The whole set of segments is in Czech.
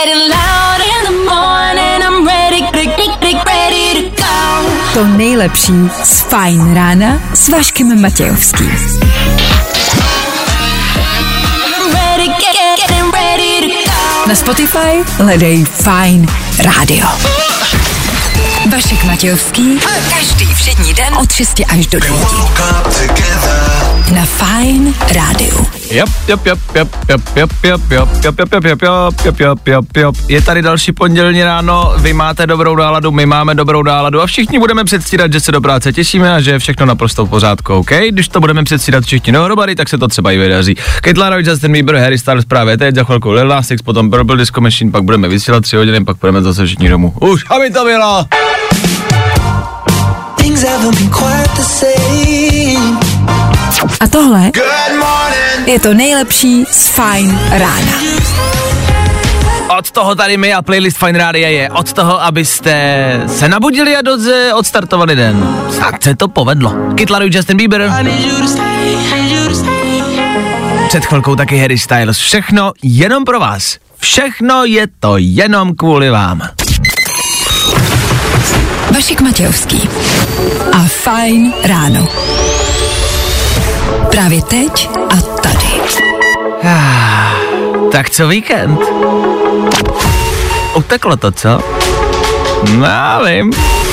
To nejlepší z Fajn rána s Vaškem Matějovským. Na Spotify hledej Fajn rádio. Vašek Matějovský. Každý všední den od 6 až do 9. Na Fajn rádiu. Je tady další pondělní ráno, vy máte dobrou náladu, my máme dobrou náladu a všichni budeme předstírat, že se do práce těšíme a že je všechno naprosto v pořádku, OK? Když to budeme předstírat všichni dohromady, tak se to třeba i vydaří. Kate Laroi, Justin Bieber, Harry Styles právě teď, za chvilku Lil Nas X, potom Purple Disco Machine, pak budeme vysílat 3 hodiny, pak budeme zase všichni domů. Už, aby to bylo! A tohle je to nejlepší z Fajn rána. Od toho tady my a playlist Fajn rádia je. Od toho, abyste se nabudili a odstartovali den. Tak se to povedlo. Kate Laroi, Justin Bieber. Před chvilkou taky Harry Styles. Všechno jenom pro vás. Všechno je to jenom kvůli vám. Vašek Matějovský a Fajn ráno. Právě teď a tady. Tak co víkend? Uteklo to, co? No, já vím.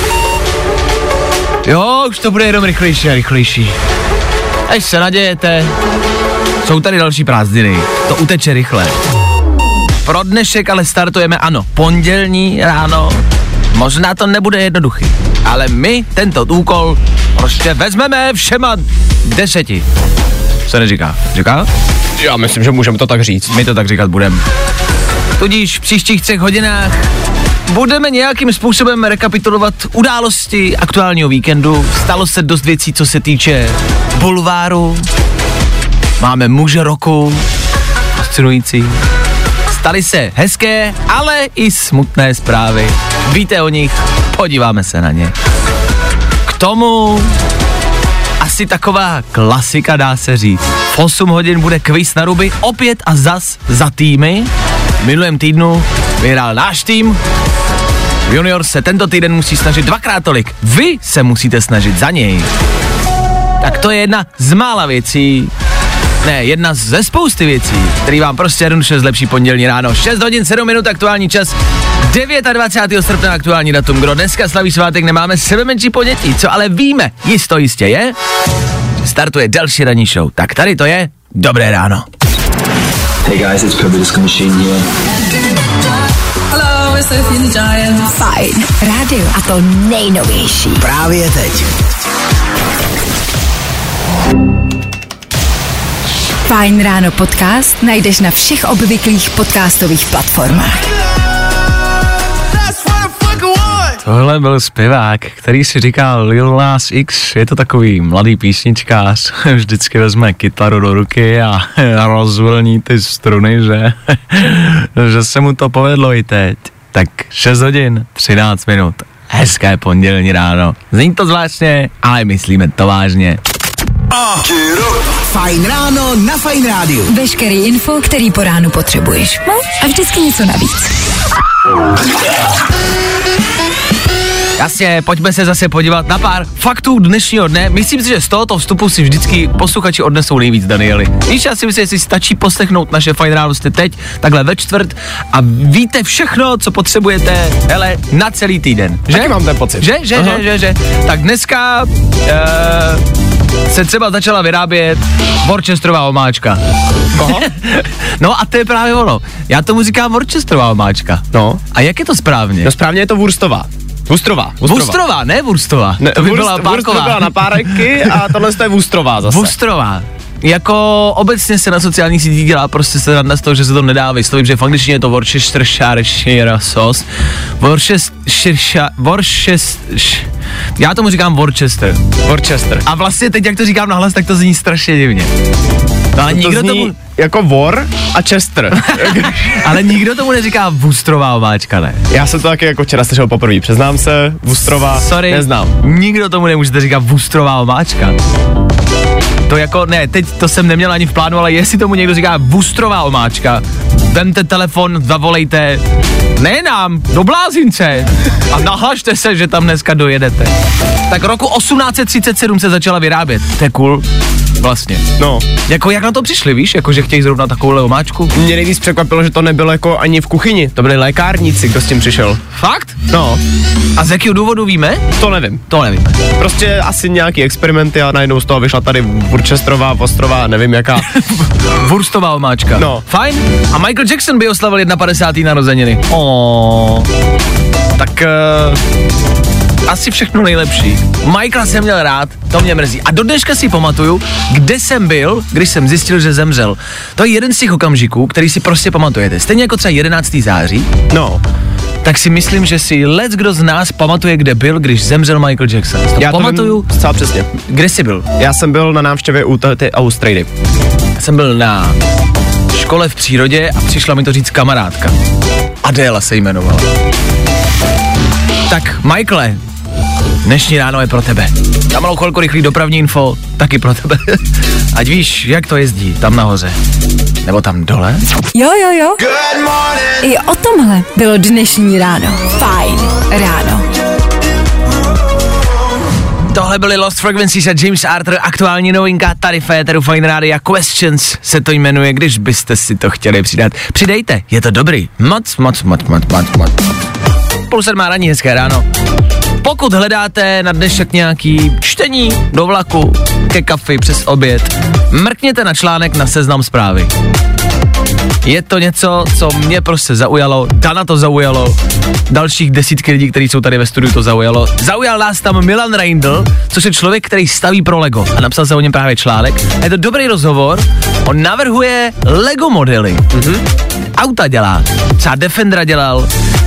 Jo, už to bude jenom rychlejší a rychlejší. Až se nadějete, jsou tady další prázdniny. To uteče rychle. Pro dnešek ale startujeme, ano, pondělní ráno. Možná to nebude jednoduchý, ale my tento úkol prostě vezmeme všema 10. Co neříká? Říká? Já myslím, že můžeme to tak říct. My to tak říkat budeme. Tudíž v příštích 3 hodinách budeme nějakým způsobem rekapitulovat události aktuálního víkendu. Stalo se dost věcí, co se týče bulváru. Máme muže roku, fascinující. Staly se hezké, ale i smutné zprávy. Víte o nich, podíváme se na ně. K tomu asi taková klasika, dá se říct. V 8 hodin bude kvíz na ruby, opět a zas za týmy. V minulém týdnu vyhrál náš tým. Junior se tento týden musí snažit 2krát tolik. Vy se musíte snažit za něj. Tak to je jedna z mála věcí, jedna ze spousty věcí, který vám prostě jednoduše zlepší pondělní ráno. 6 hodin 7 minut aktuální čas, 29. srpna aktuální datum. Kdo dneska slaví svátek, nemáme sebe menší ponětí, co ale víme, jistě je, že startuje další ranní show. Tak tady to je Dobré ráno. Hey guys, it's Purple Disco Machine here. Hello, it's Sophie the Giant. Fajn rádio a to nejnovější. Právě teď. Fajn ráno podcast najdeš na všech obvyklých podcastových platformách. Tohle byl zpěvák, který si říkal Lil Nas X, je to takový mladý písničkář, vždycky vezme kytaru do ruky a rozvlní ty struny, že se mu to povedlo i teď. Tak 6 hodin, 13 minut, hezké pondělní ráno. Zní to zvláštně, ale myslíme to vážně. Fajn ráno na Fajn rádiu. Veškerý info, který po ránu potřebuješ. No a vždycky něco navíc. Jasně, pojďme se zase podívat na pár faktů dnešního dne. Myslím si, že z tohoto vstupu si vždycky posluchači odnesou nejvíc, Danieli. Víš, já si myslím, že si stačí poslechnout naše Fajn ráno teď, takhle ve čtvrt a víte všechno, co potřebujete, hele, na celý týden. Že? Taky mám ten pocit. Že. Tak dneska se třeba začala vyrábět Worcesterová omáčka. No a to je právě ono. Já tomu říkám Worcesterová omáčka. No. A jak je to správně? No správně je to Wurstová. Wustrová, ne Wurstová. Ne, to by byla Wurst byla na párky a tohle je Wustrová zase. Wustrová. Jako obecně se na sociálních sítích dělá prostě se randa z toho, že se to nedá vyslovit, že v angličtině je to Worcestershire sauce. Já tomu říkám Worcester. A vlastně teď, jak to říkám nahlas, tak to zní strašně divně. No, ale nikdo tomu... jako War a Chester. Ale nikdo tomu neříká Wustrová omáčka, ne? Já jsem to taky jako včera slyšel poprvé, přiznám se, Wustrová, sorry, neznám. Nikdo tomu nemůžete říkat Wustrová omáčka. To jako, ne, teď to jsem neměl ani v plánu, ale jestli tomu někdo říká Woostrová omáčka, vemte telefon, zavolejte, ne nám, do Blázince a nahlašte se, že tam dneska dojedete. Tak roku 1837 se začala vyrábět, to je cool, vlastně. No. Jako jak na to přišli, víš, jako že chtějí zrovna takovouhle omáčku? Mě nejvíc překvapilo, že to nebylo jako ani v kuchyni, to byli lékárníci, kdo s tím přišel. Fakt? No. A z jakého důvodu víme? To nevím. To nevíme. Prostě asi nějaký experimenty a najednou z toho vyšla tady Worcesterová, ostrová, nevím jaká. Wurstová omáčka. No. Fajn. A Michael Jackson by oslavil 51. narozeniny. Tak asi všechno nejlepší. Michaela jsem měl rád, to mě mrzí. A do dneška si pamatuju, kde jsem byl, když jsem zjistil, že zemřel. To je jeden z těch okamžiků, který si prostě pamatujete. Stejně jako třeba 11. září. No. Tak si myslím, že si kdo z nás pamatuje, kde byl, když zemřel Michael Jackson. Já to pamatuju. vím zcela přesně. Kde jsi byl? Já jsem byl na návštěvě u té Austrady. Já jsem byl na škole v přírodě a přišla mi to říct kamarádka. Adéla se jmenovala. Tak, Michaele, dnešní ráno je pro tebe. Na malou chvilku rychlý dopravní info, taky pro tebe. Ať víš, jak to jezdí tam nahoře. Nebo tam dole. Jo. I o tomhle bylo dnešní ráno. Fajn ráno. Tohle byly Lost Frequencies a James Arthur, aktuální novinka tady v éteru Fajn Rádia. Questions se to jmenuje, když byste si to chtěli přidat. Přidejte, je to dobrý. Moc. Půl sedmá ranní, hezké ráno. Pokud hledáte na dnešek nějaký čtení do vlaku, ke kafi, přes oběd, mrkněte na článek na Seznam Zprávy. Je to něco, co mě prostě zaujalo, Dana to zaujalo, dalších desítky lidí, kteří jsou tady ve studiu, to zaujalo. Zaujal nás tam Milan Reindl, což je člověk, který staví pro Lego a napsal se o něm právě článek. A je to dobrý rozhovor, on navrhuje Lego modely. Auta dělá, třeba Defendera dělal,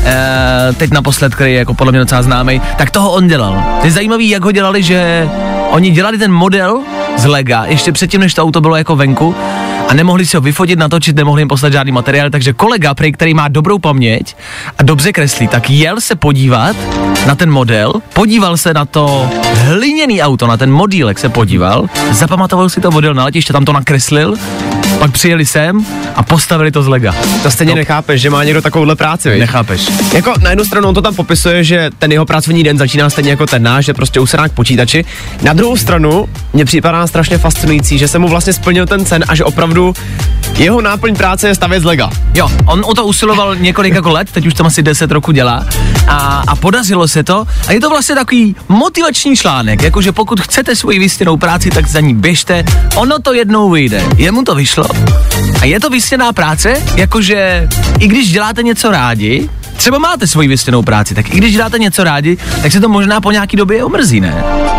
teď naposled, který je jako podle mě docela známý, tak toho on dělal. To je zajímavý, jak ho dělali, že oni dělali ten model z Lega, ještě předtím, než to auto bylo jako venku, a nemohli si ho vyfotit, natočit, nemohli jim poslat žádný materiál, takže kolega, který má dobrou paměť a dobře kreslí, tak jel se podívat na ten model, podíval se na to hliněný auto, na ten modílek se podíval, zapamatoval si to model na letiště, tam to nakreslil, pak přijeli sem a postavili to z Lega. To stejně nechápeš, že má někdo takovouhle práci, viď? Nechápeš. Jako na jednu stranu on to tam popisuje, že ten jeho pracovní den začíná stejně jako ten náš, že prostě usedá k počítači. Na druhou stranu mě připadá strašně fascinující, že se mu vlastně splnil ten sen a že opravdu jeho náplň práce je stavět z Lega. Jo, on o to usiloval několik jako let, teď už tam asi 10 roku dělá a podařilo se to a je to vlastně takový motivační článek, jakože pokud chcete svoji vysněnou práci, tak za ní běžte, ono to jednou vyjde. Jemu to vyšlo a je to vysněná práce, jakože i když děláte něco rádi, třeba máte svoji vysněnou práci, tak i když děláte něco rádi, tak se to možná po nějaký době omrzí, ne?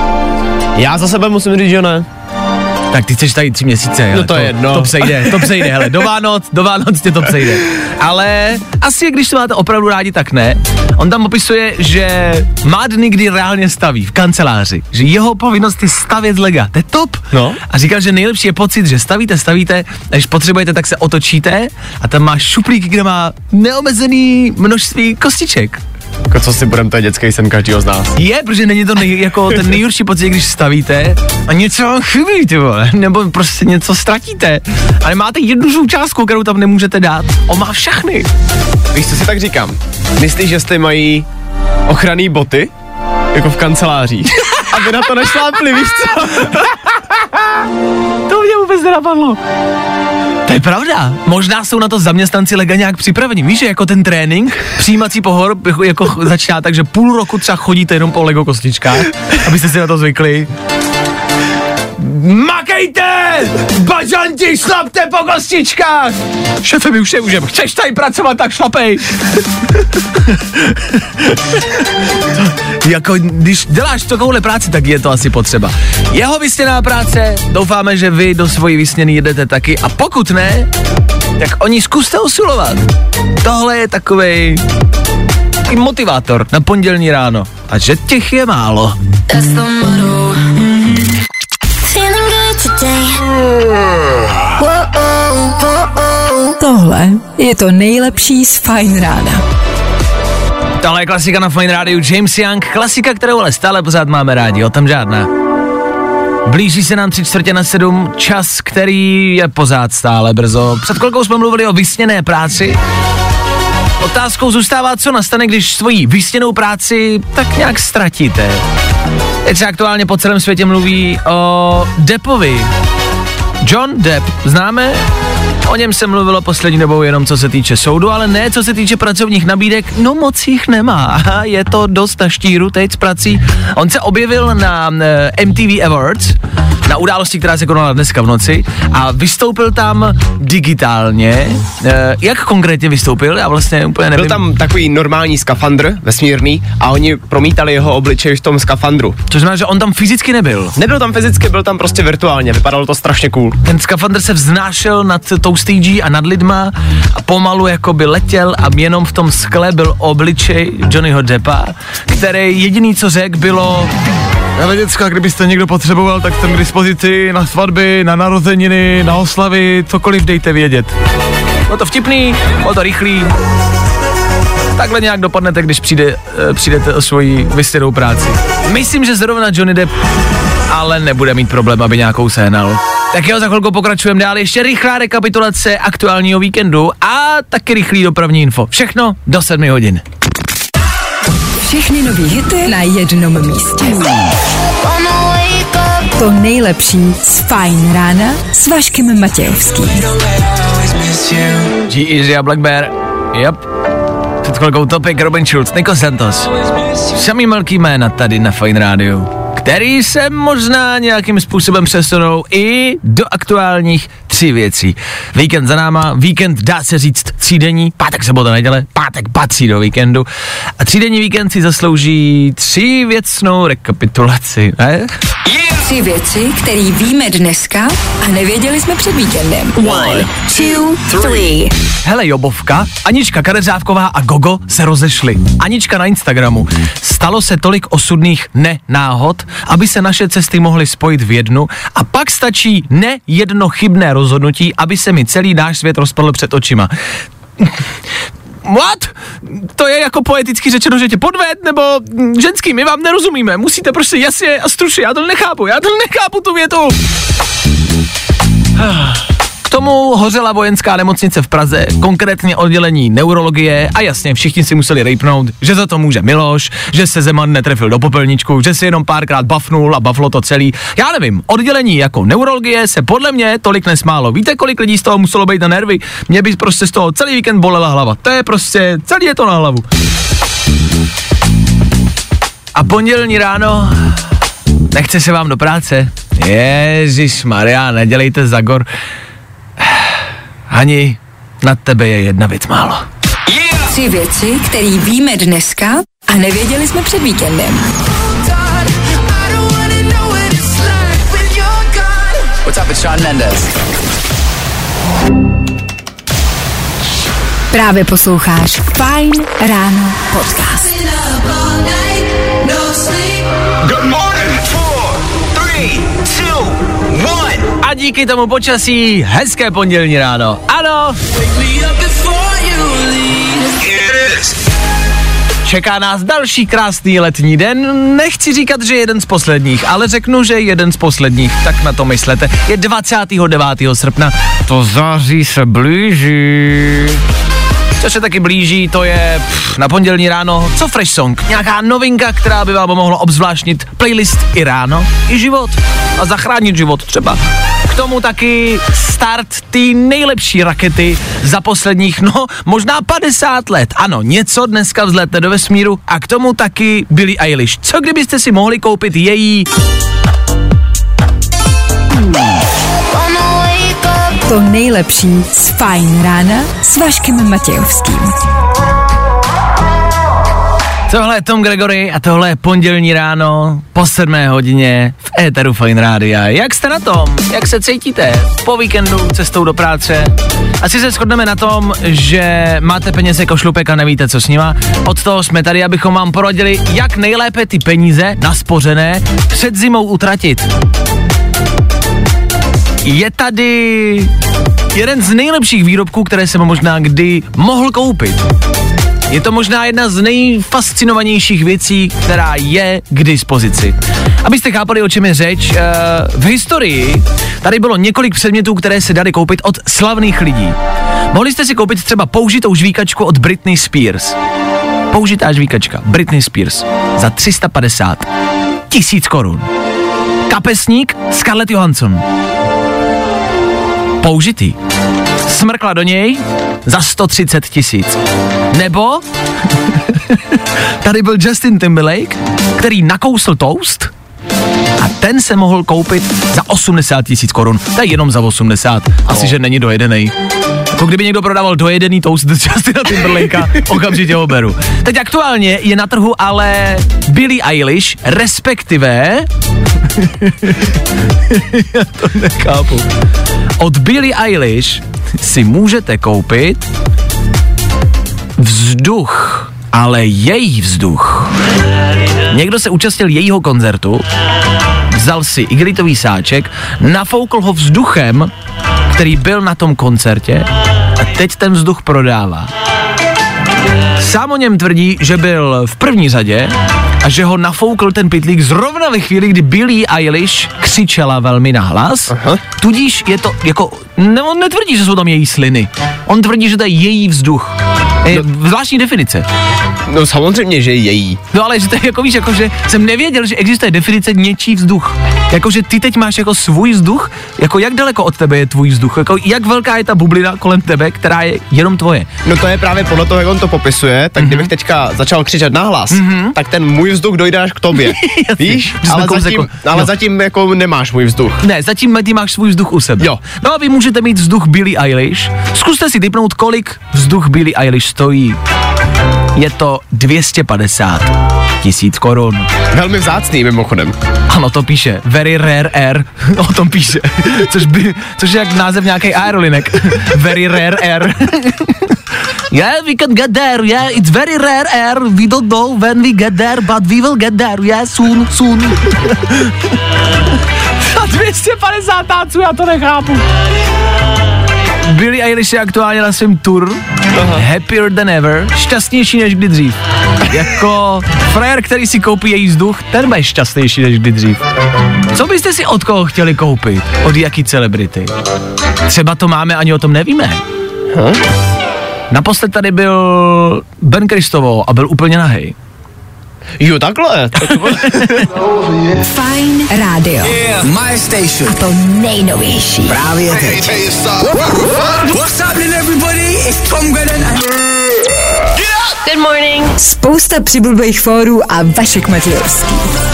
Já za sebe musím říct, že ne. Tak ty chceš tady 3 měsíce, hele, no to je jedno. To přejde, hele, do Vánoc tě to přejde. Ale asi když to máte opravdu rádi, tak ne. On tam opisuje, že má dny, kdy reálně staví v kanceláři, že jeho povinnost je stavět z Lega, to je top. No. A říkal, že nejlepší je pocit, že stavíte, když potřebujete, tak se otočíte a tam máš šuplík, kde má neomezený množství kostiček. Jako co si budem, to je dětský sen každýho z nás. Je, protože není to jako ten nejhorší pocit, když stavíte a něco vám chybí, ty vole, nebo prostě něco ztratíte, ale máte jednu součástku, kterou tam nemůžete dát. On má všechny. Víš, co si tak říkám? Myslíš, že jste mají ochranný boty? Jako v kancelářích. Aby na to nešlápli, víš co? To mě vůbec nenapadlo. To je pravda. Možná jsou na to zaměstnanci Lega nějak připraveni. Víš, že jako ten trénink, přijímací pohor jako začíná tak, že půl roku třeba chodíte jenom po Lego kostičkách, abyste si na to zvykli. Makejte! Bažanti, šlapte po kostičkách! Šefe, my už nemůžeme. Chceš tady pracovat, tak šlapej! Jako, když děláš takovouhle práci, tak je to asi potřeba. Jeho vysněná práce, doufáme, že vy do svojí vysněný jedete taky a pokud ne, tak oni zkuste usilovat. Tohle je takovej motivátor na pondělní ráno. A že těch je málo. Tohle je to nejlepší z Fajn rána. Tohle je klasika na Fajn rádiu, James Young, klasika, kterou ale stále pořád máme rádi, o tom žádná. Blíží se nám 6:45, čas, který je pořád stále brzo. Před chvilkou jsme mluvili o vysněné práci. Otázkou zůstává, co nastane, když svoji vysněnou práci tak nějak ztratíte. Teď se aktuálně po celém světě mluví o Deppovi. John Depp, známe? O něm se mluvilo poslední dobou jenom co se týče soudu, ale ne co se týče pracovních nabídek, no moc jich nemá. Je to dost na štíru teď s prací. On se objevil na MTV Awards, na události, která se konala dneska v noci a vystoupil tam digitálně. Jak konkrétně vystoupil? Já vlastně úplně nevím. Byl tam takový normální skafandr, vesmírný, a oni promítali jeho obličej v tom skafandru. Což znamená, že on tam fyzicky nebyl. Nebyl tam fyzicky, byl tam prostě virtuálně, vypadalo to strašně cool. Ten skafandr se vznášel nad tou stage a nad lidma a pomalu jakoby letěl a jenom v tom skle byl obličej Johnnyho Deppa, který jediný, co řekl, bylo: Ale děcka, kdybyste někdo potřeboval, tak jsem k dispozici na svatby, na narozeniny, na oslavy, cokoliv dejte vědět. Bylo to vtipný, bylo to rychlý. Takhle nějak dopadnete, když přijdete o svoji vysněnou práci. Myslím, že zrovna Johnny Depp ale nebude mít problém, aby nějakou sehnal. Tak jo, za chvilku pokračujeme dál. Ještě rychlá rekapitulace aktuálního víkendu a taky rychlý dopravní info. Všechno do 7 hodin. Všechny nový hity na jednom místě. To nejlepší z Fajn rána s Vaškem Matějovským. G-Eazy a Black Bear. Yep. Před chvilkou Topik, Robin Schulz, Nico Santos. Samý velký jména tady na Fajn rádiu, který se možná nějakým způsobem přesunou i do aktuálních 3 věcí. Víkend za náma, víkend dá se říct třídenní, pátek, sobota, neděle, pátek patří do víkendu a třídenní víkend si zaslouží 3 věcnou rekapitulaci, ne? 3 věci, které víme dneska a nevěděli jsme před víkendem. 1, 2, 3. Hele Jobovka, Anička Kadeřávková a Gogo se rozešly. Anička na Instagramu. Stalo se tolik osudných nenáhod, aby se naše cesty mohly spojit v jednu a pak stačí jedno chybné rozhodnutí, aby se mi celý náš svět rozpadl před očima. What? To je jako poeticky řečeno, že tě podved, nebo ženský, my vám nerozumíme, musíte prostě jasně a stručně, já to nechápu tu větu. K tomu hořela vojenská nemocnice v Praze, konkrétně oddělení neurologie a jasně všichni si museli rejpnout, že za to může Miloš, že se Zeman netrefil do popelničku, že si jenom párkrát bafnul a baflo to celý. Já nevím, oddělení jako neurologie se podle mě tolik nesmálo. Víte, kolik lidí z toho muselo být na nervy? Mě by prostě z toho celý víkend bolela hlava. To je prostě, celý je to na hlavu. A pondělní ráno, nechce se vám do práce? Ježišmarja, nedělejte zagor. Hani, nad tebe je jedna věc málo. 3 věci, které víme dneska a nevěděli jsme před víkendem. What's up, it's Shawn Mendes. Právě posloucháš Fajn ráno podcast. Good morning. 4, 3, 2, 1. A díky tomu počasí hezké pondělní ráno. Ano. Čeká nás další krásný letní den. Nechci říkat, že jeden z posledních, ale řeknu, že jeden z posledních. Tak na to myslete. Je 29. srpna. To září se blíží. Co se taky blíží, to je na pondělní ráno, co Fresh Song, nějaká novinka, která by vám mohla obzvláštnit playlist i ráno, i život a zachránit život třeba. K tomu taky start ty nejlepší rakety za posledních, možná 50 let. Ano, něco dneska vzletne do vesmíru a k tomu taky Billie Eilish. Co kdybyste si mohli koupit její... To nejlepší z Fajn rána s Vaškem Matějovským. Tohle je Tom Gregory a tohle je pondělní ráno po 7 hodině v éteru Fajn rádia. Jak jste na tom? Jak se cítíte po víkendu cestou do práce? Asi se shodneme na tom, že máte peníze jako šlupek a nevíte, co s nima. Od toho jsme tady, abychom vám poradili, jak nejlépe ty peníze naspořené před zimou utratit. Je tady jeden z nejlepších výrobků, které jsem možná kdy mohl koupit. Je to možná jedna z nejfascinovanějších věcí, která je k dispozici. Abyste chápali, o čem je řeč, v historii tady bylo několik předmětů, které se daly koupit od slavných lidí. Mohli jste si koupit třeba použitou žvíkačku od Britney Spears. Použitá žvíkačka Britney Spears za 350 000 korun. Kapesník Scarlett Johansson. Použitý. Smrkla do něj za 130 000. Nebo tady byl Justin Timberlake, který nakousl toast a ten se mohl koupit za 80 000 korun. To je jenom za 80. Asi, že není dojedenej. Jako kdyby někdo prodával dojedený toast z Justina Timberlakea, okamžitě ho beru. Teď aktuálně je na trhu ale Billie Eilish, respektive já to nechápu. Od Billie Eilish si můžete koupit vzduch, ale její vzduch. Někdo se účastnil jejího koncertu, vzal si igelitový sáček, nafoukl ho vzduchem, který byl na tom koncertě a teď ten vzduch prodává. Sám o něm tvrdí, že byl v první řadě a že ho nafoukl ten pytlík zrovna ve chvíli, kdy Billie Eilish křičela velmi nahlas. Aha. Tudíž je to jako, on netvrdí, že jsou tam její sliny. On tvrdí, že to je její vzduch. Zvláštní definice. No samozřejmě, že její. No ale že to je jako víš, jako že jsem nevěděl, že existuje definice něčí vzduch. Jakože ty teď máš jako svůj vzduch, jako jak daleko od tebe je tvůj vzduch, jako jak velká je ta bublina kolem tebe, která je jenom tvoje. No to je právě podle toho, jak on to popisuje, tak kdybych teďka začal křičet nahlas, tak ten můj vzduch dojde až k tobě. Víš? Ale zatím jako nemáš můj vzduch. Ne, zatím ty máš svůj vzduch u sebe. Jo. No a vy můžete mít vzduch Billie Eilish. Zkuste si tipnout, kolik vzduch Billie Eilish stojí. Je to 250 000 korun. Velmi vzácný mimochodem. Ano, to píše. Very rare air. O tom píše. Což je jak název nějaký aerolinek. Very rare air. Yeah, we can get there. Yeah, it's very rare air. We don't know when we get there, but we will get there. Yeah, soon. Za 250 táců, já to nechápu. Billie Eilish je aktuálně na svém tour. Happier than ever. Šťastnější než kdy dřív. Jako frajer, který si koupí její vzduch, ten bude šťastnější než kdy dřív. Co byste si od koho chtěli koupit? Od jaký celebrity? Třeba to máme, ani o tom nevíme. Naposled tady byl Ben Kristovo a byl úplně nahej. Jo, takhle. Fajn rádio. Yeah, my station. A to nejnovější. Právě teď. What's happening, everybody? It's Tom Grennan. Good morning. Spousta přibulbých fórů a Vašek Matějovský.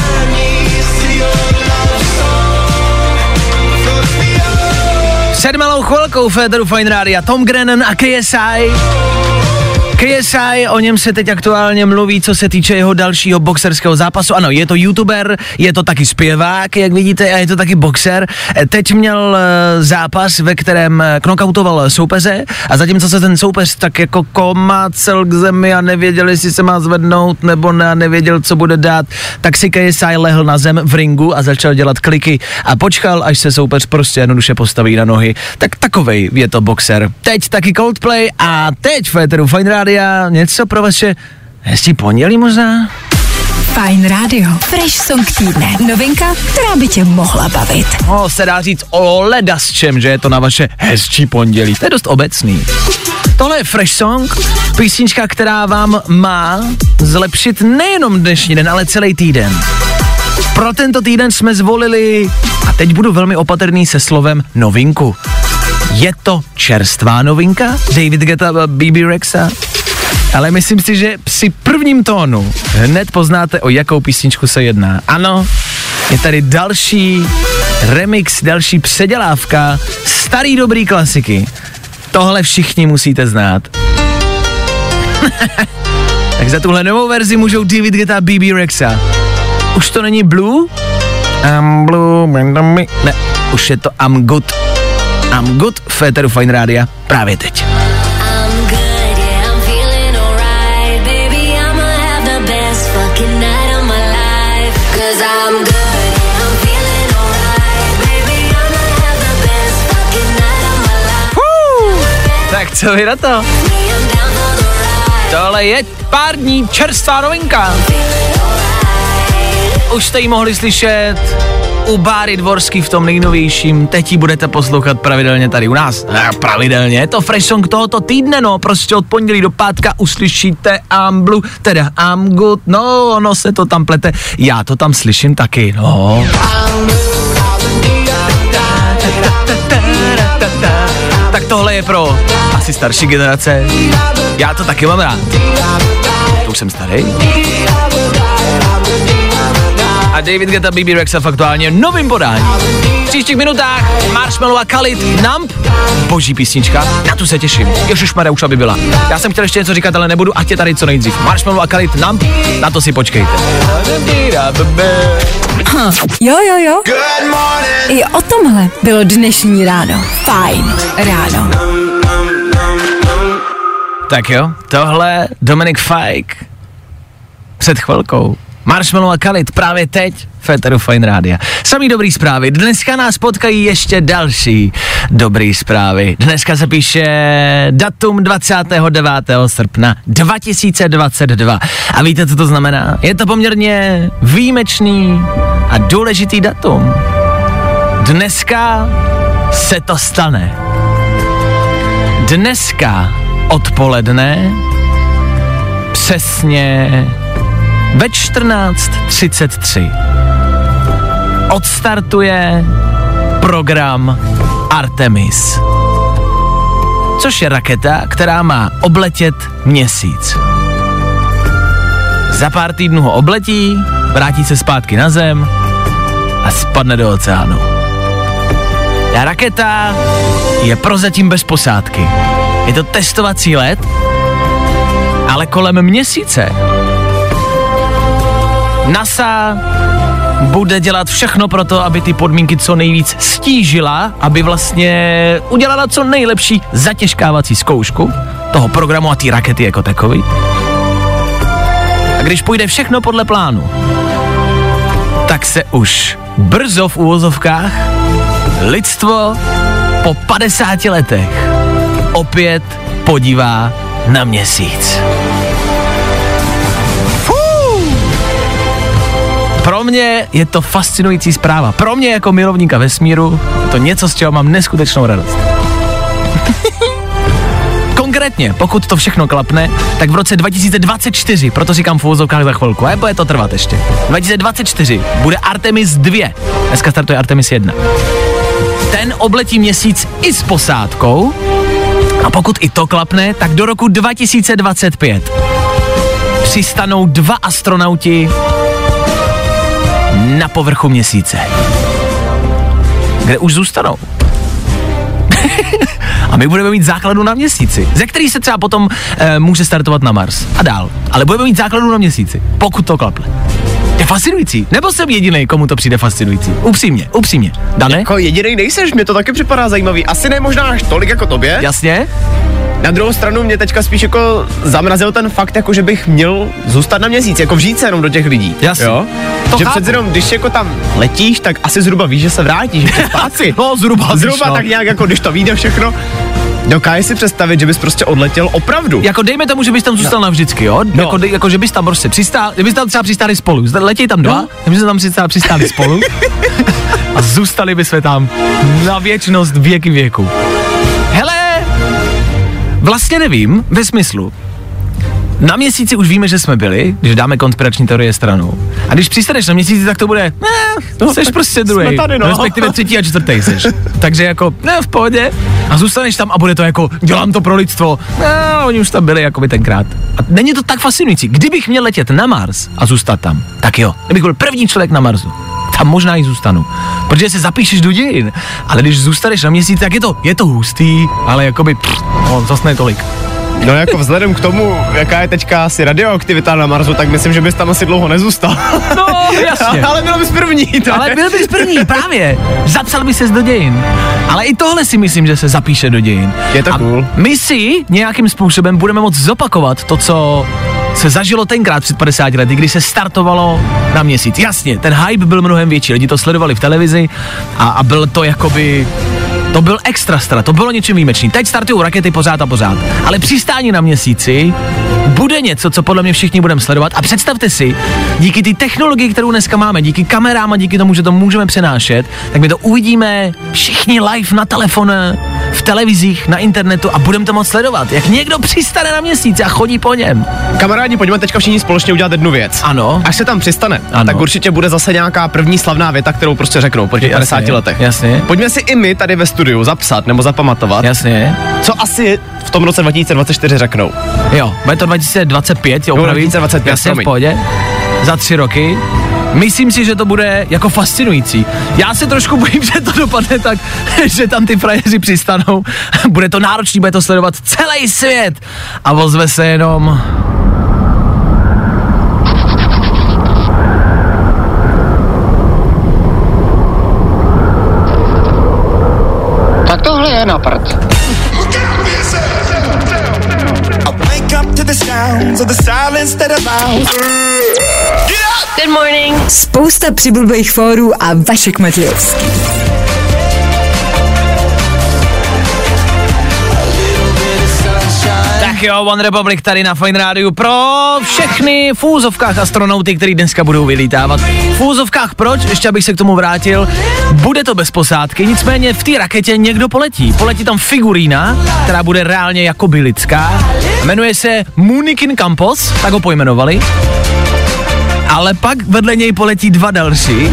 Před malou chvilkou Féteru Fajn rádia Tom Grennan a KSI. KSI, o něm se teď aktuálně mluví, co se týče jeho dalšího boxerského zápasu. Ano, je to youtuber, je to taky zpěvák, jak vidíte, a je to taky boxer. Teď měl zápas, ve kterém knockoutoval soupeře a zatímco se ten soupeř tak jako komácel k zemi a nevěděl, jestli se má zvednout nebo ne, nevěděl, co bude dát, tak si KSI lehl na zem v ringu a začal dělat kliky a počkal, až se soupeř prostě jednoduše postaví na nohy. Tak takovej je to boxer. Teď taky Coldplay a teď v Féteru Fajn rádia něco pro vaše hezčí pondělí možná? Fajn rádio. Fresh song týdne. Novinka, která by tě mohla bavit. No, se dá říct o ledasčem, že je to na vaše hezčí pondělí. To je dost obecný. Tohle je Fresh Song, písnička, která vám má zlepšit nejenom dnešní den, ale celý týden. Pro tento týden jsme zvolili, a teď budu velmi opatrný se slovem novinku. Je to čerstvá novinka? David Guetta, BB Rexa? Ale myslím si, že při prvním tónu hned poznáte, o jakou písničku se jedná. Ano, je tady další remix, další předělávka starý dobrý klasiky. Tohle všichni musíte znát. Tak za tuhle novou verzi můžou David Guetta, BB Rexa. Už to není Blue? I'm blue, ne, už je to I'm good. I'm good v Féteru Fajn rádia právě teď. Tak co vy na to? tohle je pár dní čerstvá novinka. Už jste ji mohli slyšet u Báry Dvorský v tom nejnovějším, teď ji budete poslouchat pravidelně tady u nás. Pravidelně, je to fresh song tohoto týdne, no, prostě od pondělí do pátka uslyšíte I'm blue, teda I'm good, no, ono se to tam plete, já to tam slyším taky, no. Tak tohle je pro asi starší generace, já to taky mám rád. To už jsem starý. A David Guetta, BB Rexa v aktuálně novým podání. V příštích minutách Marshmello a Khalid, Numb, boží písnička, na tu se těším. Ježišmarja, už aby byla. Já jsem chtěl ještě něco říkat, ale nebudu, ať je tady co nejdřív. Marshmello a Khalid, Numb, na to si počkejte. Jo. I o tomhle bylo dnešní ráno. Fajn ráno. Tak jo, tohle Dominik Fike před chvilkou. Marshmello a Khalid právě teď v éteru Fajn rádia. Samý dobrý zprávy. Dneska nás potkají ještě další dobrý zprávy. Dneska se píše datum 29. srpna 2022. A víte, co to znamená? Je to poměrně výjimečný a důležitý datum. Dneska se to stane. Dneska odpoledne přesně ve 14:33 odstartuje program Artemis, což je raketa, která má obletět Měsíc. Za pár týdnů ho obletí, vrátí se zpátky na Zem a spadne do oceánu. Ta raketa je prozatím bez posádky. Je to testovací let, ale kolem Měsíce. NASA bude dělat všechno pro to, aby ty podmínky co nejvíc stížila, aby vlastně udělala co nejlepší zatěžkávací zkoušku toho programu a té rakety jako takový. A když půjde všechno podle plánu, tak se už brzo v uvozovkách lidstvo po 50 letech opět podívá na Měsíc. Pro mě je to fascinující zpráva. Pro mě jako milovníka vesmíru je to něco, z čeho mám neskutečnou radost. Konkrétně, pokud to všechno klapne, tak v roce 2024, proto říkám v uvozovkách za chvilku, a bude to trvat ještě. 2024 bude Artemis 2. Dneska startuje Artemis 1. Ten obletí Měsíc i s posádkou a pokud i to klapne, tak do roku 2025 přistanou 2 astronauti na povrchu Měsíce, kde už zůstanou. A my budeme mít základu na Měsíci, ze který se třeba potom může startovat na Mars a dál. Ale budeme mít základu na Měsíci, pokud to klapne. Je fascinující. Nebo jsem jedinej, komu to přijde fascinující? Upřímně. Dane? Jako jedinej nejseš, mě to taky připadá zajímavý. Asi ne možná až tolik jako tobě. Jasně? Na druhou stranu mě teďka spíš jako zamrazil ten fakt, jako že bych měl zůstat na Měsíc, jako vžít se jenom do těch lidí. Jasně. Jo? Že přece jenom, když jako tam letíš, tak asi zhruba víš, že se vrátíš, že zpátky. No, zhruba tak nějak jako, když to vyjde všechno. Dokážeš si představit, že bys prostě odletěl opravdu. Jako dejme tomu, že bys tam zůstal navždycky, jo? No. Jako že bys tam prostě přistál, kdybys tam třeba přistáli spolu. Letěj tam 2, kdyby se tam přistáli spolu a zůstali bychom tam na věčnost věky věku. Hele, vlastně nevím, ve smyslu, na Měsíci už víme, že jsme byli, když dáme konspirační teorie stranou. A když přistaneš na Měsíci, tak to bude, seš prostě druhý, respektive 3. a 4. seš. Takže jako, v pohodě. A zůstaneš tam a bude to jako, dělám to pro lidstvo. Oni už tam byli, jako by tenkrát. A není to tak fascinující. Kdybych měl letět na Mars a zůstat tam, tak jo. Kdybych byl první člověk na Marsu, tam možná i zůstanu. Protože se zapíšeš do dějin. Ale když zůstaneš na Měsíci, tak je to hustý, ale jakoby, zas ne tolik. No jako vzhledem k tomu, jaká je teďka asi radioaktivita na Marsu, tak myslím, že bys tam asi dlouho nezůstal. No, jasně. Ale byl bys první. Ale byl bys první, právě. Zapsal by ses do dějin. Ale i tohle si myslím, že se zapíše do dějin. Je to cool. My si nějakým způsobem budeme moct zopakovat to, co se zažilo tenkrát před 50 lety, kdy se startovalo na Měsíc. Jasně, ten hype byl mnohem větší, lidi to sledovali v televizi a byl to jakoby... To byl extra, to bylo něčím výjimečný. Teď startují rakety pořád a pořád. Ale přistání na Měsíci bude něco, co podle mě všichni budeme sledovat. A představte si, díky té technologii, kterou dneska máme, díky kamerám a díky tomu, že to můžeme přenášet, tak my to uvidíme všichni live na telefonu, v televizích, na internetu a budeme to moc sledovat, jak někdo přistane na měsíc a chodí po něm. Kamarádi, pojďme teďka všichni společně udělat jednu věc. Ano. Až se tam přistane, ano, tak určitě bude zase nějaká první slavná věta, kterou prostě řeknou po těch 50 letech. Jasně. Pojďme si i my tady ve studiu zapsat nebo zapamatovat. Jasně. Co asi v tom roce 2024 řeknou. Jo, bude to 2025, jo, 2025, jasně, v pohodě. Za 3 roky. Myslím si, že to bude jako fascinující. Já se trošku bojím, že to dopadne tak, že tam ty frajeři přistanou. Bude to náročný, bude to sledovat celý svět. A ozve se jenom... Tak tohle je na prd. Good morning. Spousta přibulbých fórů a Vašek Matějovský. Tak jo, One Republic tady na Fine Rádiu pro všechny v úzovkách astronauty, který dneska budou vylítávat. V úzovkách proč? Ještě abych se k tomu vrátil. Bude to bez posádky, nicméně v té raketě někdo poletí. Poletí tam figurína, která bude reálně jakoby lidská. Jmenuje se Munikin Campos, tak ho pojmenovali. Ale pak vedle něj poletí 2 další,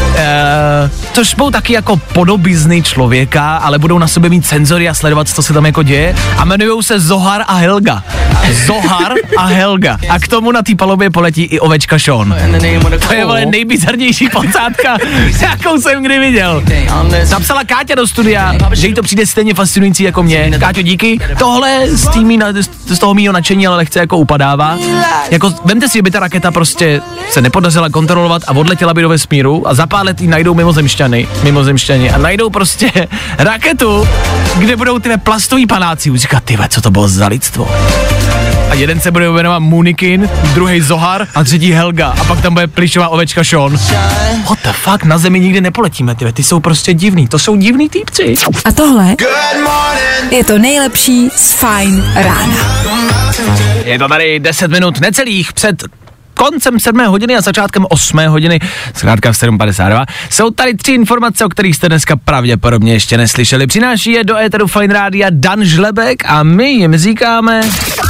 což jsou taky jako podobizny člověka, ale budou na sobě mít senzory a sledovat, co se tam jako děje. A jmenujou se Zohar a Helga. Zohar a Helga. A k tomu na té palubě poletí i ovečka Sean. To je vole nejbizarnější posádka, jakou jsem kdy viděl. Napsala Káťa do studia, že jí to přijde stejně fascinující jako mě. Káťo, díky. Tohle z toho mýho nadšení ale lehce jako upadává. Jako, vemte si, že by ta raketa prostě se nepodařila kontrolovat a odletěla by do vesmíru a za pár let jí najdou mimozemšťani a najdou prostě raketu, kde budou ty plastový panáci. Říká, tyhle, co to bylo za lidstvo? A jeden se bude jmenovat Munikin, druhý Zohar a třetí Helga a pak tam bude plyšová ovečka Sean. What the fuck, na Zemi nikdy nepoletíme, ty jsou prostě divný, to jsou divný týpci. A tohle je to nejlepší z Fajn rána. Je to tady 10 minut necelých před koncem 7 hodiny a začátkem 8 hodiny, zkrátka v 7:52. Jsou tady 3 informace, o kterých jste dneska pravděpodobně ještě neslyšeli. Přináší je do éteru Fajn Rádia Dan Žlebek a my jim říkáme...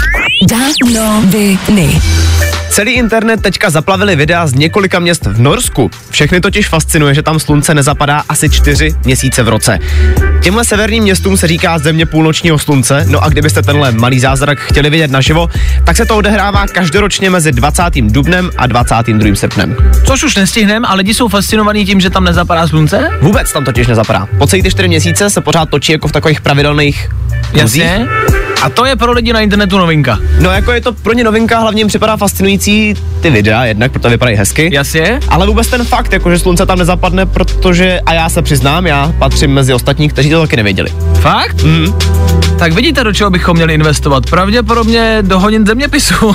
Danoviny. Celý internet teďka zaplavili videa z několika měst v Norsku. Všechny totiž fascinuje, že tam slunce nezapadá asi 4 měsíce v roce. Těmhle severním městům se říká země půlnočního slunce, no a kdybyste tenhle malý zázrak chtěli vidět naživo, tak se to odehrává každoročně mezi 20. dubnem a 22. srpnem. Což už nestihneme, a lidi jsou fascinovaní tím, že tam nezapadá slunce? Vůbec tam totiž nezapadá. Po celý ty 4 měsíce se pořád točí jako v takových pravidelných Jasně. A to je pro lidi na internetu novinka. No jako je to pro ně novinka, hlavně jim připadá fascinující ty videa, jednak proto vypadají hezky. Jasně. Ale vůbec ten fakt, jako že slunce tam nezapadne, protože, a já se přiznám, já patřím mezi ostatní, kteří to taky nevěděli. Fakt? Tak vidíte, do čeho bychom měli investovat? Pravděpodobně do hodin zeměpisu.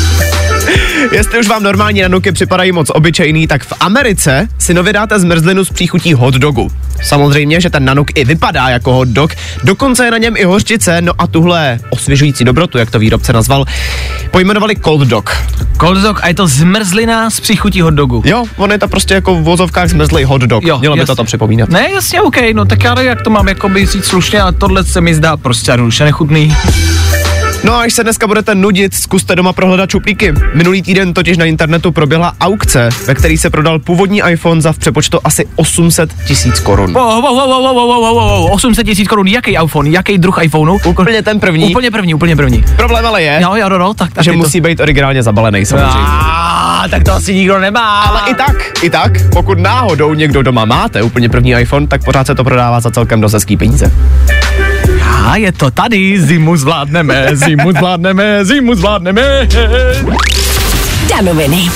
Jestli už vám normální nanuky připadají moc obyčejný, tak v Americe si nově dáte zmrzlinu s příchutí hot dogu. Samozřejmě, že ten nanuk i vypadá jako hot dog, dokonce je na něm i hořčice, no a tuhle osvěžující dobrotu, jak to výrobce nazval, pojmenovali cold dog. Cold dog a je to zmrzlina s příchutí hot dogu. Jo, on je to prostě jako v vozovkách zmrzlý hot dog. Jo, mělo by to připomínat. Ne, jasně, OK, no tak já jak to mám jakoby říct slušně, ale tohle se mi zdá prostě jednoduše nechutný. No a až se dneska budete nudit, zkuste doma prohledat čuplíky. Minulý týden totiž na internetu proběhla aukce, ve který se prodal původní iPhone za v přepočtu asi 800 000 korun. 800 000 korun, jaký iPhone, jaký druh iPhoneu? Úplně ten první. Úplně první. Problém ale je, jo, tak že musí být originálně zabalený samozřejmě. Tak to asi nikdo nemá. Ale i tak, pokud náhodou někdo doma máte úplně první iPhone, tak pořád se to prodává za celkem dost hezký peníze. A je to tady, zimu zvládneme. Danoviny.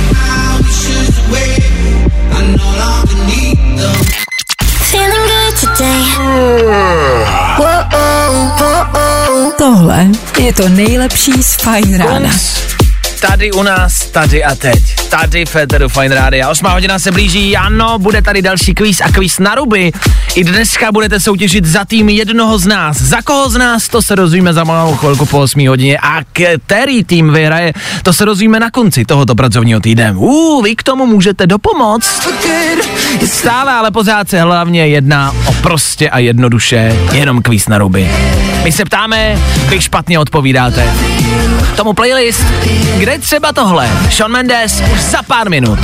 Tohle je to nejlepší z Fajn rána. Tady u nás, tady a teď. Tady v éteru Fajn Rádia. 8 hodina se blíží, ano, bude tady další kvíz a kvíz na ruby. I dneska budete soutěžit za tým jednoho z nás. Za koho z nás, to se dozvíme za malou chvilku po 8 hodině. A který tým vyhraje, to se dozvíme na konci tohoto pracovního týdne. Vy k tomu můžete dopomoct. Stále ale pořád se hlavně jedná o prostě a jednoduše jenom kvíz na ruby. My se ptáme, vy špatně odpovídáte. Tomu playlist, kde třeba tohle? Shawn Mendes už za pár minut.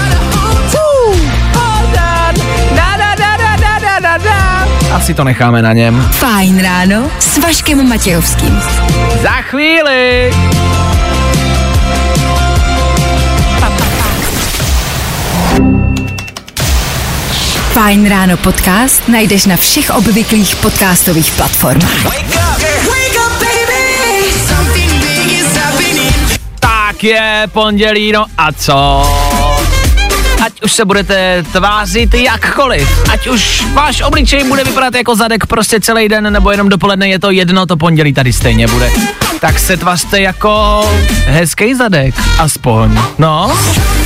Asi to necháme na něm. Fajn ráno s Vaškem Matějovským. Za chvíli. Fajn ráno podcast najdeš na všech obvyklých podcastových platformách. Tak je pondělí, no a co? Ať už se budete tvářit jakkoliv, ať už váš obličej bude vypadat jako zadek prostě celý den, nebo jenom dopoledne, je to jedno, to pondělí tady stejně bude. Tak se tvařte jako hezký zadek, aspoň, no.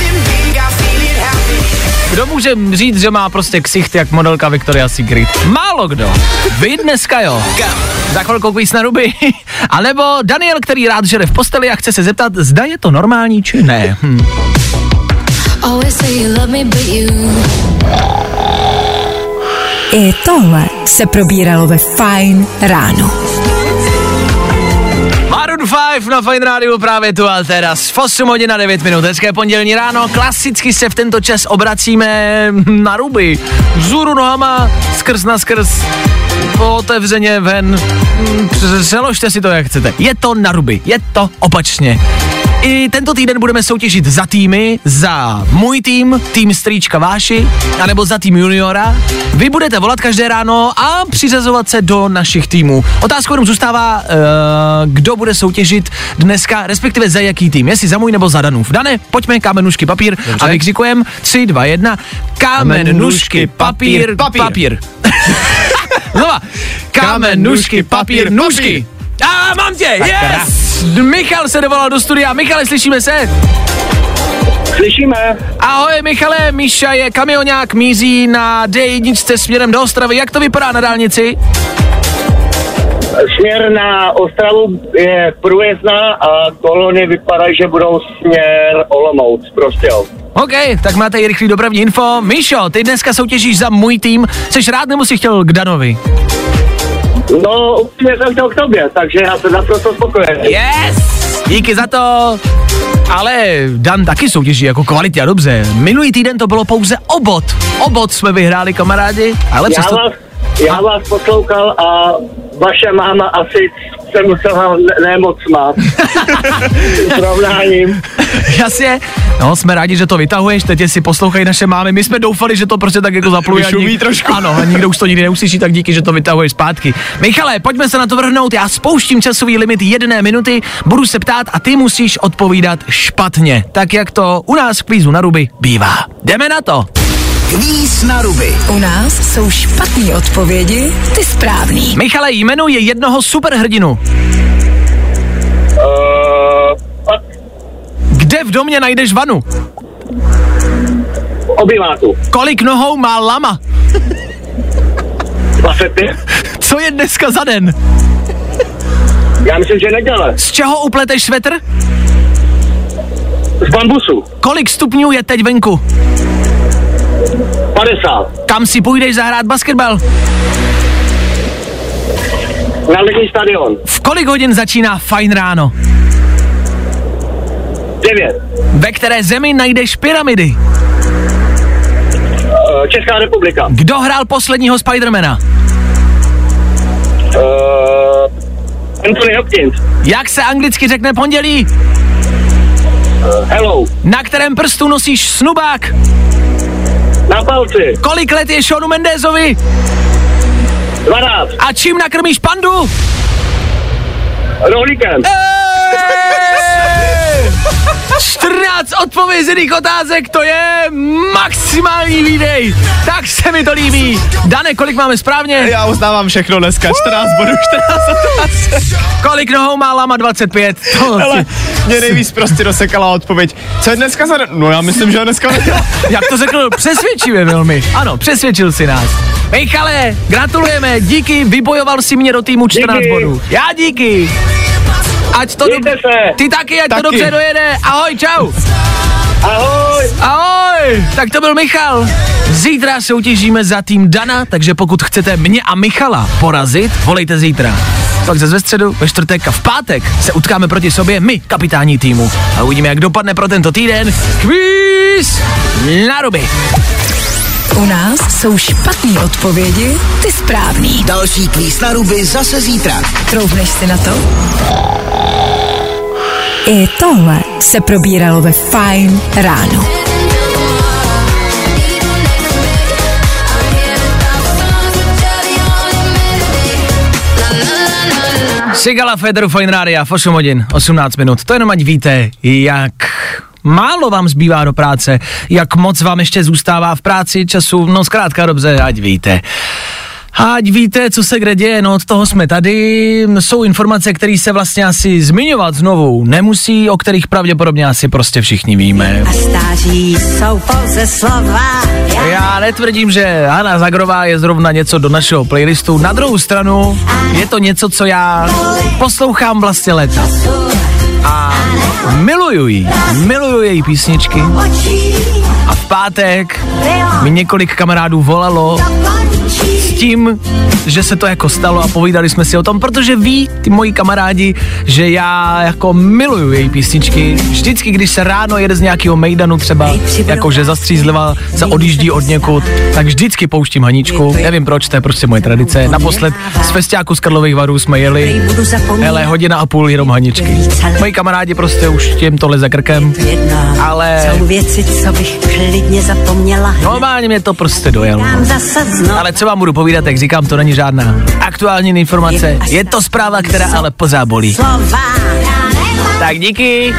Kdo může říct, že má prostě ksicht jak modelka Victoria's Secret? Málo kdo. Vy dneska jo. Za chvilku kvíz na ruby. A nebo Daniel, který rád žere v posteli a chce se zeptat, zda je to normální, či ne. I tohle se probíralo ve Fajn ráno. Maroon 5 na Fajn rádiu právě tu a teraz v 8 hodin na 9 minut. Hezké pondělní ráno, klasicky se v tento čas obracíme na ruby. Vzhůru nohama, skrz na skrz, otevřeně ven, přeložte si to jak chcete. Je to na ruby, je to opačně. I tento týden budeme soutěžit za týmy, za můj tým strýčka Váši, anebo za tým juniora. Vy budete volat každé ráno a přiřazovat se do našich týmů. Otázkou jenom zůstává, kdo bude soutěžit dneska, respektive za jaký tým, jestli za můj nebo za Danův. Dane, pojďme, kámen, nůžky, papír. Dobře. A vykřikujeme 3, 2, 1, kámen, nůžky, papír. Znova, kámen, nůžky, papír, nůžky. A mám tě, yes! Michal se dovolal do studia. Michale, slyšíme se? Slyšíme. Ahoj Michale, Míša je kamionák, míří na D1 směrem do Ostravy. Jak to vypadá na dálnici? Směr na Ostravu je průjezdná a kolony vypadají, že budou směr Olomouc, prostě jo. OK, tak máte i rychlý dopravní info. Míšo, ty dneska soutěžíš za můj tým. Jseš rád nebo jsi chtěl k Danovi? No, úplně jsem chtěl k tobě, takže já jsem naprosto spokojený. Yes! Díky za to. Ale Dan taky soutěží jako kvalitě a dobře. Minulý týden to bylo pouze obod jsme vyhráli, kamarádi. Ale přesto... Já vás poslouchal a vaše máma asi se musela nemoc smát. Srovnáním. Jasně. No, jsme rádi, že to vytahuješ, teď si poslouchají naše mámy. My jsme doufali, že to prostě tak jako zapluje. Vyšumí trošku. Ano, a nikdo už to nikdy neuslyší, tak díky, že to vytahuješ zpátky. Michale, pojďme se na to vrhnout. Já spouštím časový limit 1 minuty, budu se ptát a ty musíš odpovídat špatně. Tak jak to u nás v kvízu na ruby bývá. Jdeme na to. Kvíz na ruby. U nás jsou špatné odpovědi, ty správný. Michale, jmenuji jednoho superhrdinu. Kde v domě najdeš vanu? Obyváku. Kolik nohou má lama? 25. Co je dneska za den? Já myslím, že neděle. Z čeho upleteš svetr? Z bambusu. Kolik stupňů je teď venku? 50. Kam si půjdeš zahrát basketbal? Na lední stadion. V kolik hodin začíná Fajn ráno? 9. Ve které zemi najdeš pyramidy? Česká republika. Kdo hrál posledního Spidermana? Anthony Hopkins. Jak se anglicky řekne pondělí? Hello. Na kterém prstu nosíš snubák? Na palci. Kolik let je Shawnu Mendesovi? 12. A čím nakrmíš pandu? Rohlíkem. 14 15 odpovězených otázek, to je maximální výdej. Tak se mi to líbí. Dane, kolik máme správně? Já uznávám všechno dneska, 14 bodů, 14 otázek. Kolik nohou má lama 25? Ale mě nejvíc prostě dosekala odpověď. Co je dneska za... No já myslím, že ho dneska nedělá. Jak to řekl? Přesvědčivě velmi. Ano, přesvědčil si nás. Michale, gratulujeme, díky, vybojoval si mě do týmu 14 Díky. bodů. Já díky. Ať to Mějte se. Ty taky, ať Taky. to dobře dojede. Ahoj, čau. Ahoj. Ahoj, tak to byl Michal. Zítra soutěžíme za tým Dana, takže pokud chcete mě a Michala porazit, volejte zítra. Pak zase ve středu, ve čtvrtek a v pátek se utkáme proti sobě my, kapitáni týmu. A uvidíme, jak dopadne pro tento týden kvíz na ruby. U nás jsou špatný odpovědi, ty správný. Další kvíz na ruby zase zítra. Troufneš si na to? I tohle se probíralo ve Fajn ráno. Sigala Federu Fine Rádia v 8 hodin, 18 minut. To jenom ať víte, jak málo vám zbývá do práce, jak moc vám ještě zůstává v práci času, no zkrátka dobře, ať víte. Ať víte, co se kde děje, no od toho jsme tady, jsou informace, které se vlastně asi zmiňovat znovu nemusí, o kterých pravděpodobně asi prostě všichni víme. A stáří jsou pouze slova. Já netvrdím, že Hana Zagrová je zrovna něco do našeho playlistu, na druhou stranu je to něco, co já poslouchám vlastně léta. A miluju její písničky. A v pátek mi několik kamarádů volalo s tím, že se to jako stalo a povídali jsme si o tom, protože ví, ty moji kamarádi, že já jako miluju její písničky. Vždycky, když se ráno jede z nějakého mejdanu třeba, jakože zastřízliva se odjíždí od někud, tak vždycky pouštím Haničku. Nevím proč, to je prostě moje tradice. Naposled z festiáku z Karlových Varů jsme jeli, hele, 1,5 hodiny jenom Haničky. Moji kamarádi prostě už tím to leze krkem, ale Jsou věci, co bych klidně zapomněla. normálně mě to prostě dojelo. Dám zase znovu. Ale co vám budu povídat, jak říkám, to není žádná aktuální informace. Je to zpráva, která ale pořád bolí. Slova. Tak díky.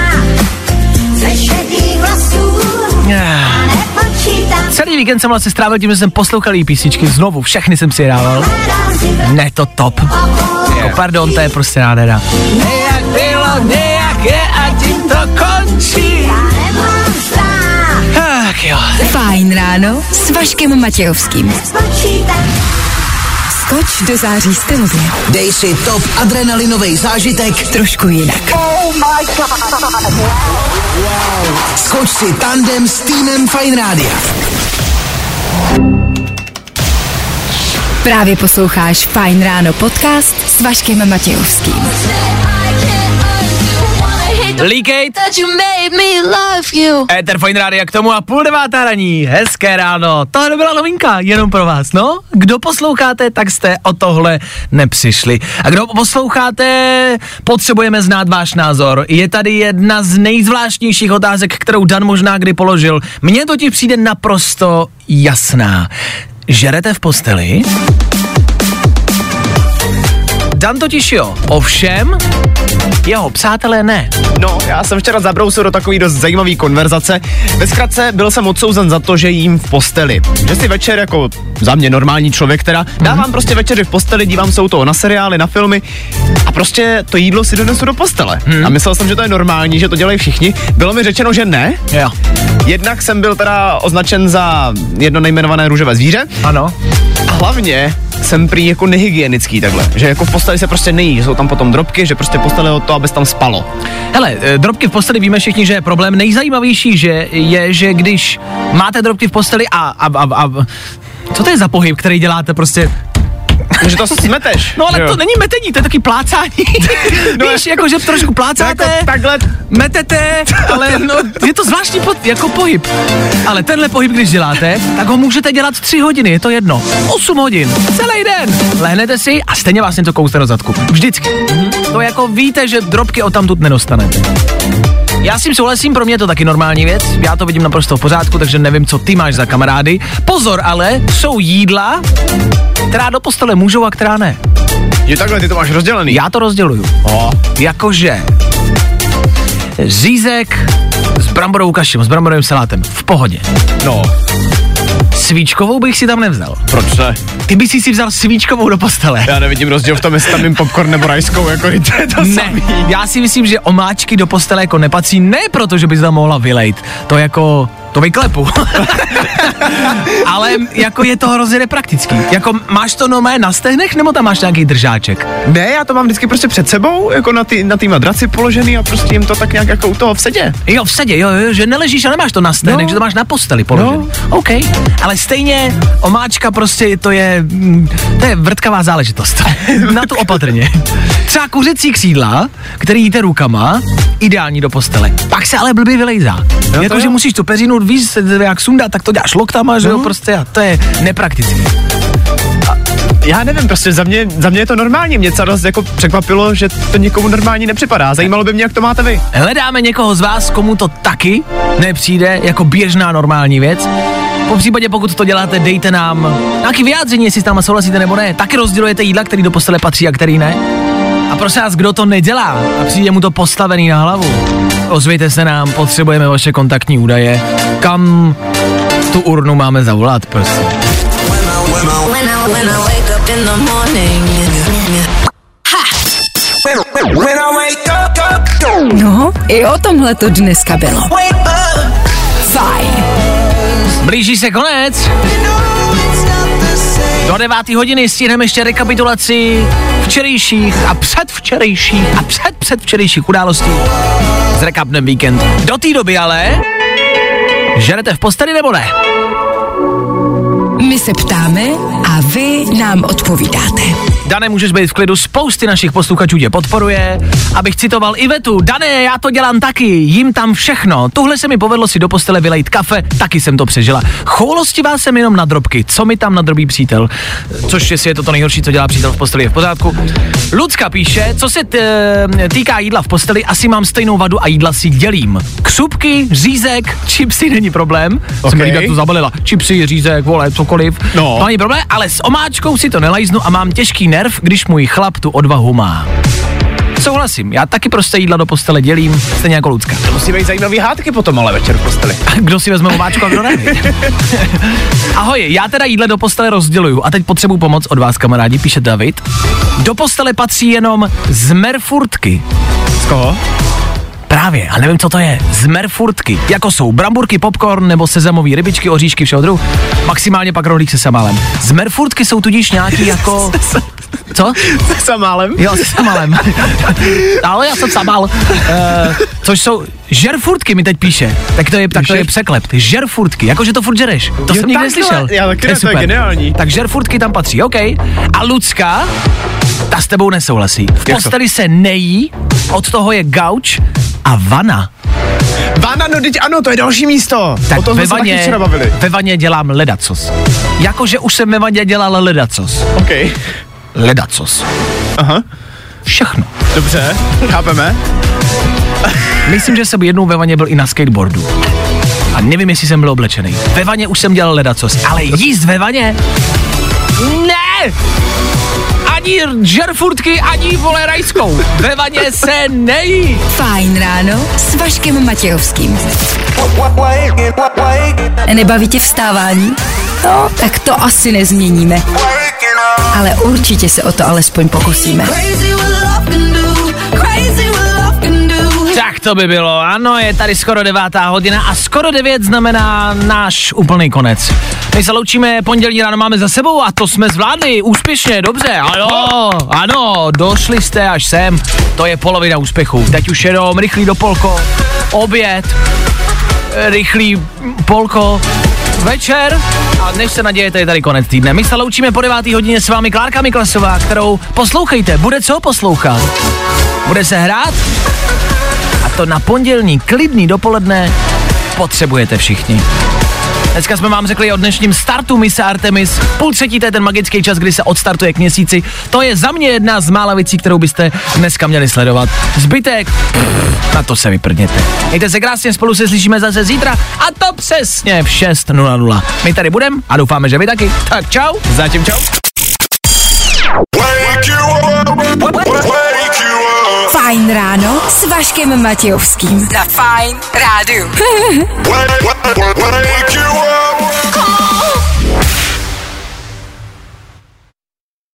Celý víkend jsem vlastně strávil tím, že jsem poslouchal jí písničky znovu, všechny jsem si je dával. Ne, to top. Jako, pardon, to je prostě nádhera. Nejak bylo, nejak je a tím to končí. Tak jo. Fajn ráno s Vaškem Matějovským. Skoč do září stylově. Dej si top adrenalinový zážitek. Trošku jinak. Skoč si tandem s týmem Fajn Rádia. Právě posloucháš Fajn ráno podcast s Vaškem Matějovským. Líkejt. Éter Fajn Rádia k tomu a 8:30 raní. Hezké ráno. Tohle byla novinka jenom pro vás, no. Kdo posloucháte, tak jste o tohle nepřišli. A kdo posloucháte, potřebujeme znát váš názor. Je tady jedna z nejzvláštnějších otázek, kterou Dan možná kdy položil. Mně totiž přijde naprosto jasná. Žerete v posteli? Dan totiž jo, ovšem jeho přátelé ne. No, já jsem včera zabrousil do takový dost zajímavý konverzace. Ve zkratce byl jsem odsouzen za to, že jím v posteli. Že si večer jako za mě normální člověk teda dávám prostě večery v posteli, dívám se u toho na seriály, na filmy a prostě to jídlo si donesu do postele. A myslel jsem, že to je normální, že to dělají všichni. Bylo mi řečeno, že ne. Jo. Jednak jsem byl teda označen za jedno nejmenované růžové zvíře. Ano. A hlavně jsem prý jako nehygienický takhle, že jako v posteli se prostě nejí, že jsou tam potom drobky, že prostě postele o to, aby se tam spalo. Hele, drobky v posteli víme všichni, že je problém. Nejzajímavější je, že když máte drobky v posteli a co to je za pohyb, který děláte prostě? Že to smeteš. No ale to není metení, to je taky plácání. No, víš, jako že trošku plácáte, jako takhle metete, ale no, je to zvláštní jako pohyb. Ale tenhle pohyb, když děláte, tak ho můžete dělat 3 hodiny, je to jedno. 8 hodin, celý den. Lehnete si a stejně vás něco kousne do zadku. Vždycky. To jako víte, že drobky odtamtud nedostanete. Já s tím souhlasím, pro mě je to taky normální věc, já to vidím naprosto v pořádku, takže nevím, co ty máš za kamarády. Pozor ale, jsou jídla, která do postele můžou a která ne. Je takhle, ty to máš rozdělený. Já to rozděluju. Jakože řízek s bramborovou kašem, s bramborovým salátem, v pohodě. No. Svíčkovou bych si tam nevzal. Proč ne? Ty bys si vzal svíčkovou do postele. Já nevidím rozdíl v tom, jestli tam jim popcorn nebo rajskou, jako to je to samý. Já si myslím, že omáčky do postele jako nepatří, ne proto, že bys tam mohla vylejt. To vyklepu. Ale jako je to hrozně nepraktický. Jako máš to normálně na stehnech, nebo tam máš nějaký držáček? Ne, já to mám vždycky prostě před sebou, jako na té madraci položený a prostě jim to tak nějak jako u toho v sedě. Jo, v sedě, jo, že neležíš a nemáš to na stehnech, že to máš na posteli položený. No. OK, ale stejně omáčka prostě to je vrtkavá záležitost. Na to opatrně. Třeba kuřecí křídla, který jíte rukama, ideální do postele. Pak se ale blbě vylejzá. Jakože musíš tu peřinu, víš, jak sundat, tak to děláš loktama, že jo, prostě a to je nepraktický. Já nevím, prostě za mě je to normální, mě třeba dost jako překvapilo, že to někomu normální nepřipadá, zajímalo by mě, jak to máte vy. Hledáme někoho z vás, komu to taky nepřijde jako běžná normální věc. Po případě, pokud to děláte, dejte nám nějaký vyjádření, jestli s náma souhlasíte nebo ne. Taky rozdělujete jídla, který do postele patří a který ne. A prosím vás, kdo to nedělá a přijde mu to postavený na hlavu, ozvějte se nám, potřebujeme vaše kontaktní údaje. Kam tu urnu máme zavolat, prosím. No, i o tomhle to dneska bylo. Fajn. Blíží se konec. Do 9. hodiny stihneme ještě rekapitulaci včerejších a předvčerejších událostí z Recapnem víkend. Do té doby ale žerete v posteli nebo ne? My se ptáme a vy nám odpovídáte. Dane, můžeš být v klidu, spousty našich posluchačů tě podporuje. Abych citoval Ivetu, Dane, já to dělám taky, jim tam všechno. Tuhle se mi povedlo si do postele vylejt kafe, taky jsem to přežila. Choulostivá jsem jenom na drobky, co mi tam nadrobí přítel. Což jestli je to nejhorší, co dělá přítel v posteli, je v pořádku. Lucka píše, co se týká jídla v posteli, asi mám stejnou vadu a jídla si dělím. Křupky, řízek, chipsy není problém. Jsem líbí, jak to zabalila. Chipsy, řízek, vole, cokoliv. No. To není problém, ale s omáčkou si to nelajznu a mám těžký nerv, když můj chlap tu odvahu má. Souhlasím, já taky prostě jídla do postele dělím, stejně jako Lucka. To musí být zajímavý hádky potom, ale večer v posteli. Kdo si vezme omáčku a kdo ne? Ahoj, já teda jídla do postele rozděluju a teď potřebuji pomoc od vás, kamarádi, píše David. Do postele patří jenom zmerfurtky. Z koho? Právě, ale nevím, co to je. Zmerfurtky, jako jsou bramburky, popcorn nebo sezamový rybičky, oříšky, všeho druhu. Maximálně pak rohlík se samálem. Zmerfurtky jsou tudíž nějaký jako... Co? Se samálem? Jo, se samálem. Ale já jsem samal. Což jsou žerfurtky, mi teď píše. Tak to je překlep. Žerfurtky, jakože to furt žereš. To jsem nikdy neslyšel. Já taky ne, to je geniální. Tak žerfurtky tam patří, OK. A Lucka, ta s tebou nesouhlasí. V posteli se nejí, od toho je gauč a vana. Vana, no teď ano, to je další místo. Tak o tom ve vaně dělám ledacos. Jakože už jsem ve vaně dělal ledacos. OK. Ledacos. Aha. Všechno. Dobře, chápeme. Myslím, že jsem jednou ve vaně byl i na skateboardu. A nevím, jestli jsem byl oblečený. Ve vaně už jsem dělal ledacos, ale jíst ve vaně? Ne! Ani žerfurtky, ani vole rajskou. Ve vaně se nejí. Fajn ráno s Vaškem Matějovským. Nebaví tě vstávání? No, tak to asi nezměníme. Ale určitě se o to alespoň pokusíme. Tak to by bylo, ano, je tady skoro 9. hodina a skoro 9 znamená náš úplný konec. My se loučíme, pondělí ráno máme za sebou a to jsme zvládli úspěšně, dobře, ano, došli jste až sem, to je polovina úspěchu. Teď už jenom rychlý dopolko, oběd, rychlý polko, večer a než se nadějete, je tady konec týdne. My se loučíme po 9. hodině s vámi Klárka Miklasová, kterou poslouchejte, bude co poslouchat, bude se hrát a to na pondělní klidný dopoledne potřebujete všichni. Dneska jsme vám řekli o dnešním startu mise Artemis. 2:30, to je ten magický čas, kdy se odstartuje k měsíci. To je za mě jedna z mála věcí, kterou byste dneska měli sledovat. Zbytek, na to se vyprdněte. Mějte se krásně, spolu se slyšíme zase zítra a to přesně v 6:00. My tady budeme a doufáme, že vy taky. Tak čau. Zatím čau. Fajn ráno s Vaškem Matějovským. Na Fajn rádiu.